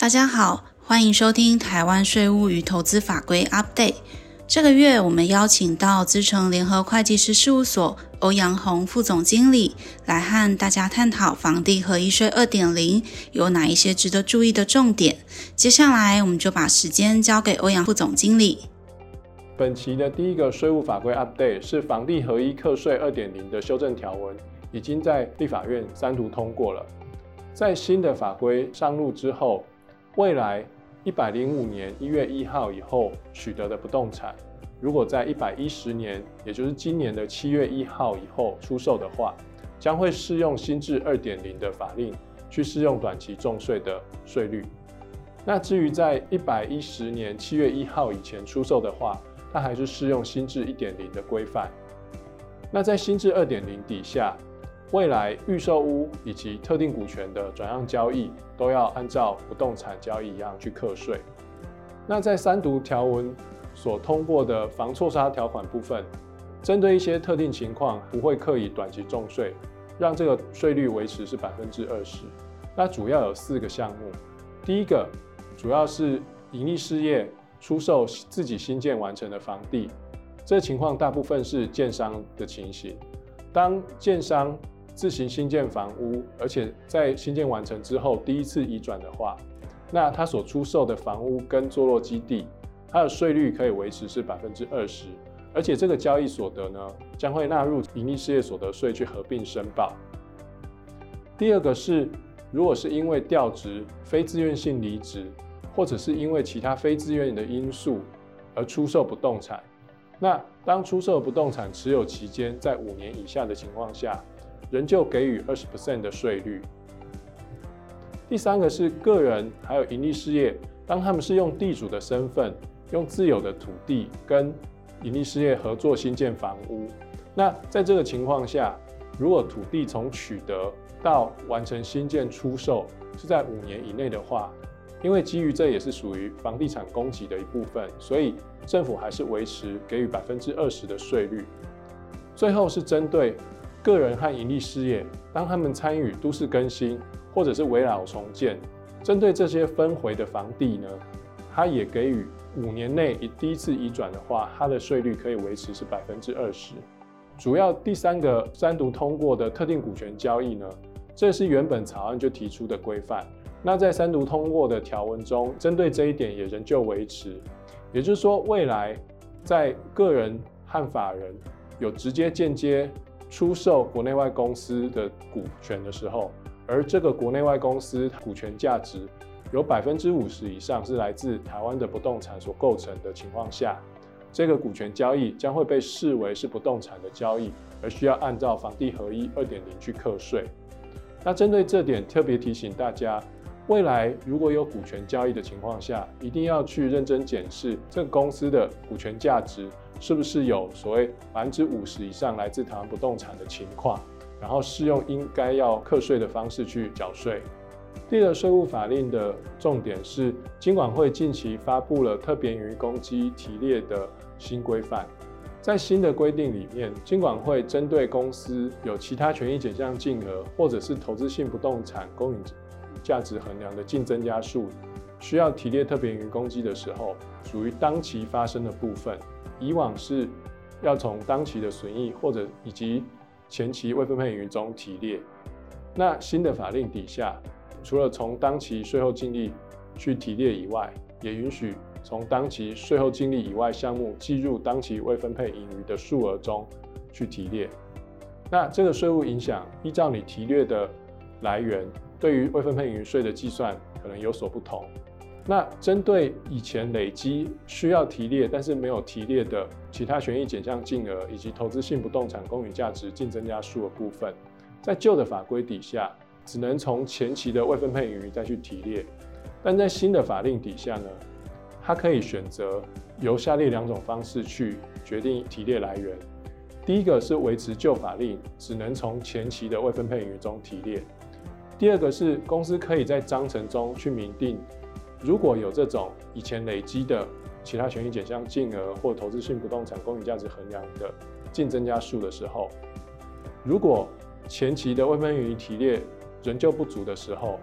大家好，欢迎收听台湾税务与投资法规 Update。这个月我们邀请到资诚联合会计师事务所欧阳宏副总经理来和大家探讨房地合一税 2.0 有哪一些值得注意的重点。接下来我们就把时间交给欧阳副总经理。 本期的第一个税务法规 Update 是房地合一课税 2.0 的修正条文，已经在立法院三读通过了。在新的法规上路之后，未来105年1月1号以后取得的不动产，如果在110年，也就是今年的7月1号以后出售的话，将会适用新制 2.0 的法令，去适用短期重税的税率。那至于在110年7月1号以前出售的话，它还是适用新制 1.0 的规范。那在新制 2.0 底下，未来预售屋以及特定股权的转让交易都要按照不动产交易一样去课税。那在三读条文所通过的防错杀条款部分，针对一些特定情况不会课以短期重税，让这个税率维持是 20%。那主要有4个项目。第一个主要是营利事业出售自己新建完成的房地，这情况大部分是建商的情形。当建商自行新建房屋，而且在新建完成之后第一次移转的话，那他所出售的房屋跟坐落基地，它的税率可以维持是 20%， 而且这个交易所得呢，将会纳入营利事业所得税去合并申报。第二个是，如果是因为调职、非自愿性离职，或者是因为其他非自愿的因素而出售不动产，那当出售不动产持有期间在5年以下的情况下，仍旧给予 20% 的税率。第三个是个人还有营利事业，当他们是用地主的身份，用自有的土地跟营利事业合作新建房屋，那在这个情况下，如果土地从取得到完成新建出售是在5年以内的话，因为基于这也是属于房地产供给的一部分，所以政府还是维持给予 20% 的税率。最后是针对个人和营利事业，当他们参与都市更新或者是危老重建，针对这些分回的房地呢，它也给予5年内第一次移转的话，它的税率可以维持是 20%。主要第3个三读通过的特定股权交易呢，这是原本草案就提出的规范。那在三读通过的条文中，针对这一点也仍旧维持。也就是说，未来在个人和法人有直接间接出售国内外公司的股权的时候，而这个国内外公司股权价值有 50% 以上是来自台湾的不动产所构成的情况下，这个股权交易将会被视为是不动产的交易，而需要按照房地合一 2.0 去课税。那针对这点特别提醒大家，未来如果有股权交易的情况下，一定要去认真检视这个公司的股权价值是不是有所谓 50% 以上来自台湾不动产的情况，然后适用应该要课税的方式去缴税。第二个税务法令的重点是，金管会近期发布了特别盈余公积提列的新规范。在新的规定里面，金管会针对公司有其他权益减项净额，或者是投资性不动产公允价值衡量的净增加数，需要提列特别盈余公积的时候，属于当期发生的部分。以往是要从当期的损益或者以及前期未分配盈余中提列。那新的法令底下，除了从当期税后净利去提列以外，也允许从当期税后净利以外项目计入当期未分配盈余的数额中去提列。那这个税务影响，依照你提列的来源，对于未分配盈余税的计算可能有所不同。那针对以前累积需要提列但是没有提列的其他权益减项净额以及投资性不动产公允价值净增加数的部分，在旧的法规底下，只能从前期的未分配盈余再去提列。但在新的法令底下呢，它可以选择由下列2种方式去决定提列来源。第一个是维持旧法令，只能从前期的未分配盈余中提列。第二个是公司可以在章程中去明定，如果有这种以前累积的其他权益减项净额或投资性不动产公允价值衡量的净增加数的时候，如果前期的未分配盈余提列仍旧不足的时候，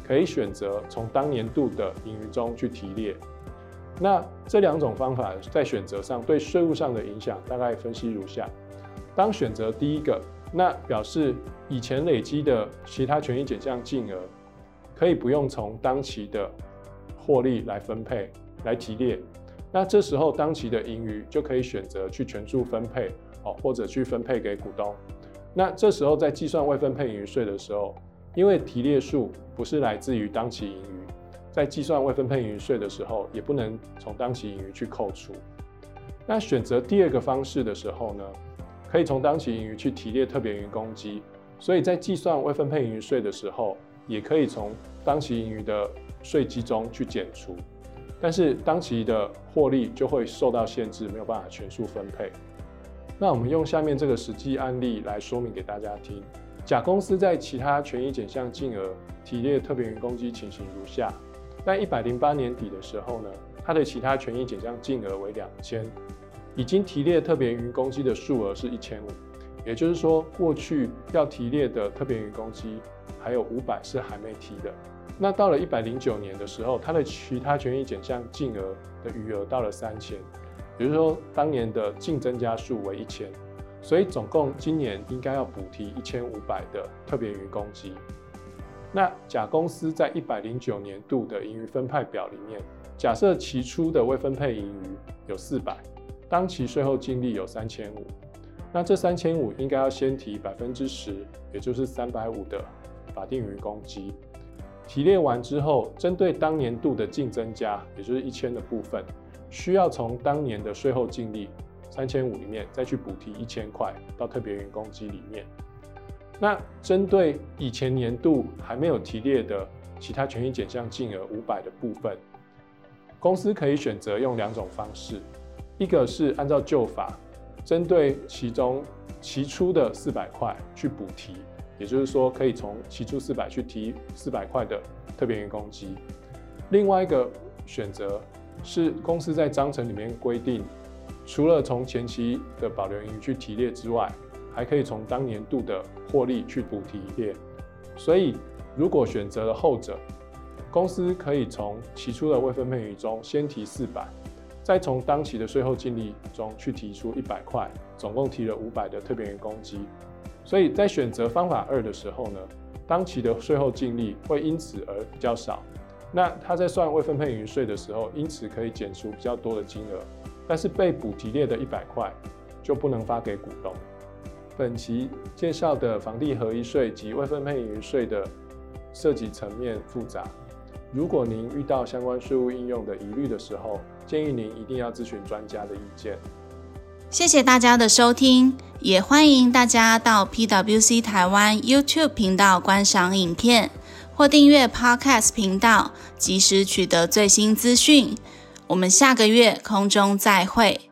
可以选择从当年度的盈余中去提列。那这两种方法在选择上对税务上的影响大概分析如下：当选择第一个，那表示以前累积的其他权益减项净额可以不用从当期的获利来分配来提列，那这时候当期的盈余就可以选择去全数分配，或者去分配给股东。那这时候在计算未分配盈余税的时候，因为提列数不是来自于当期盈余，在计算未分配盈余税的时候也不能从当期盈余去扣除。那选择第二个方式的时候呢，可以从当期盈余去提列特别盈余公积，所以在计算未分配盈余税的时候也可以从当期盈余的税基中去减除，但是当期的获利就会受到限制，没有办法全数分配。那我们用下面这个实际案例来说明给大家听。甲公司在其他权益减项净额提列特别盈余公积情形如下：在108年底的时候呢，它的其他权益减项净额为2000，已经提列特别盈余公积的数额是1500，也就是说过去要提列的特别盈余公积还有500是还没提的。那到了109年的时候，它的其他权益减项净额的余额到了3000，也就是说当年的净增加数为1000，所以总共今年应该要补提1500的特别盈余公积。那甲公司在109年度的盈余分派表里面，假设期初的未分配盈余有400，当期税后净利有3500，那这3500应该要先提10%，也就是350的法定盈余公积。提列完之后，针对当年度的净增加，也就是1000的部分，需要从当年的税后净利3500里面再去补提1000块到特别盈余公积里面。那针对以前年度还没有提列的其他权益减项净额500的部分，公司可以选择用2种方式，一个是按照旧法，针对其中期初的400块去补提，也就是说可以从期初400去提400块的特别盈余公积。另外一个选择是公司在章程里面规定，除了从前期的保留盈余去提列之外，还可以从当年度的获利去补提列。所以如果选择了后者，公司可以从期初的未分配盈余中先提400，再从当期的税后净利中去提出100块，总共提了500的特别盈余公积。所以在选择方法2的时候呢，当期的税后净利会因此而比较少，那他在算未分配盈余税的时候，因此可以减除比较多的金额，但是被补提列的100块就不能发给股东。本期介绍的房地合一税及未分配盈余税的涉及层面复杂，如果您遇到相关税务应用的疑虑的时候，建议您一定要咨询专家的意见。 谢谢大家的收听，也欢迎大家到 PwC 台湾 YouTube 频道观赏影片，或订阅 Podcast 频道，及时取得最新资讯。我们下个月空中再会。